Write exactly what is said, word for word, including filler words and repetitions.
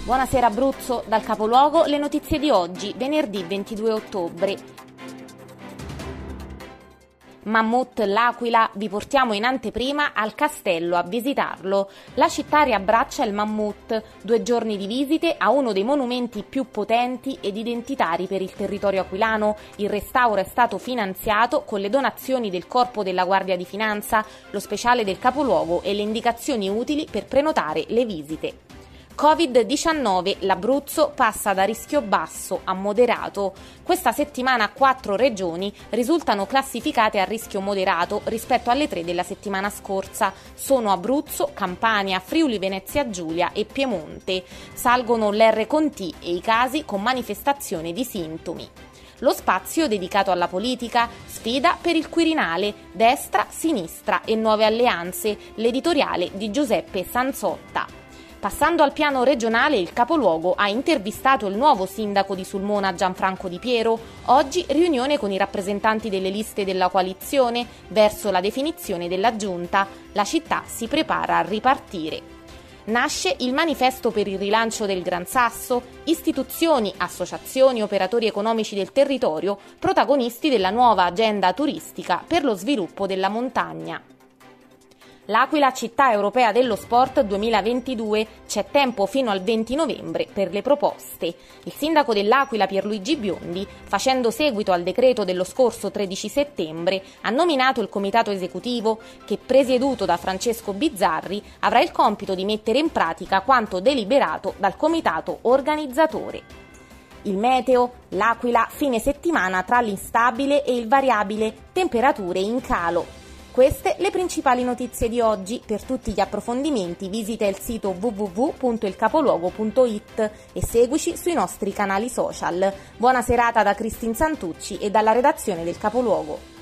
Buonasera Abruzzo, dal capoluogo le notizie di oggi, venerdì ventidue ottobre. Mammut L'Aquila, vi portiamo in anteprima al castello a visitarlo. La città riabbraccia il mammut, due giorni di visite a uno dei monumenti più potenti ed identitari per il territorio aquilano. Il restauro è stato finanziato con le donazioni del Corpo della Guardia di Finanza, lo speciale del capoluogo e le indicazioni utili per prenotare le visite. covid diciannove, l'Abruzzo passa da rischio basso a moderato. Questa settimana quattro regioni risultano classificate a rischio moderato rispetto alle tre della settimana scorsa. Sono Abruzzo, Campania, Friuli Venezia Giulia e Piemonte. Salgono l'R con T e i casi con manifestazione di sintomi. Lo spazio dedicato alla politica, sfida per il Quirinale, destra, sinistra e nuove alleanze, l'editoriale di Giuseppe Sanzotta. Passando al piano regionale, il capoluogo ha intervistato il nuovo sindaco di Sulmona Gianfranco Di Piero. Oggi riunione con i rappresentanti delle liste della coalizione verso la definizione della giunta. La città si prepara a ripartire. Nasce il manifesto per il rilancio del Gran Sasso, istituzioni, associazioni, operatori economici del territorio, protagonisti della nuova agenda turistica per lo sviluppo della montagna. L'Aquila Città Europea dello Sport duemilaventidue, c'è tempo fino al venti novembre per le proposte. Il sindaco dell'Aquila Pierluigi Biondi, facendo seguito al decreto dello scorso tredici settembre, ha nominato il comitato esecutivo che, presieduto da Francesco Bizzarri, avrà il compito di mettere in pratica quanto deliberato dal comitato organizzatore. Il meteo, l'Aquila, fine settimana tra l'instabile e il variabile, temperature in calo. Queste le principali notizie di oggi. Per tutti gli approfondimenti visita il sito w w w punto il capoluogo punto i t e seguici sui nostri canali social. Buona serata da Cristin Santucci e dalla redazione del Capoluogo.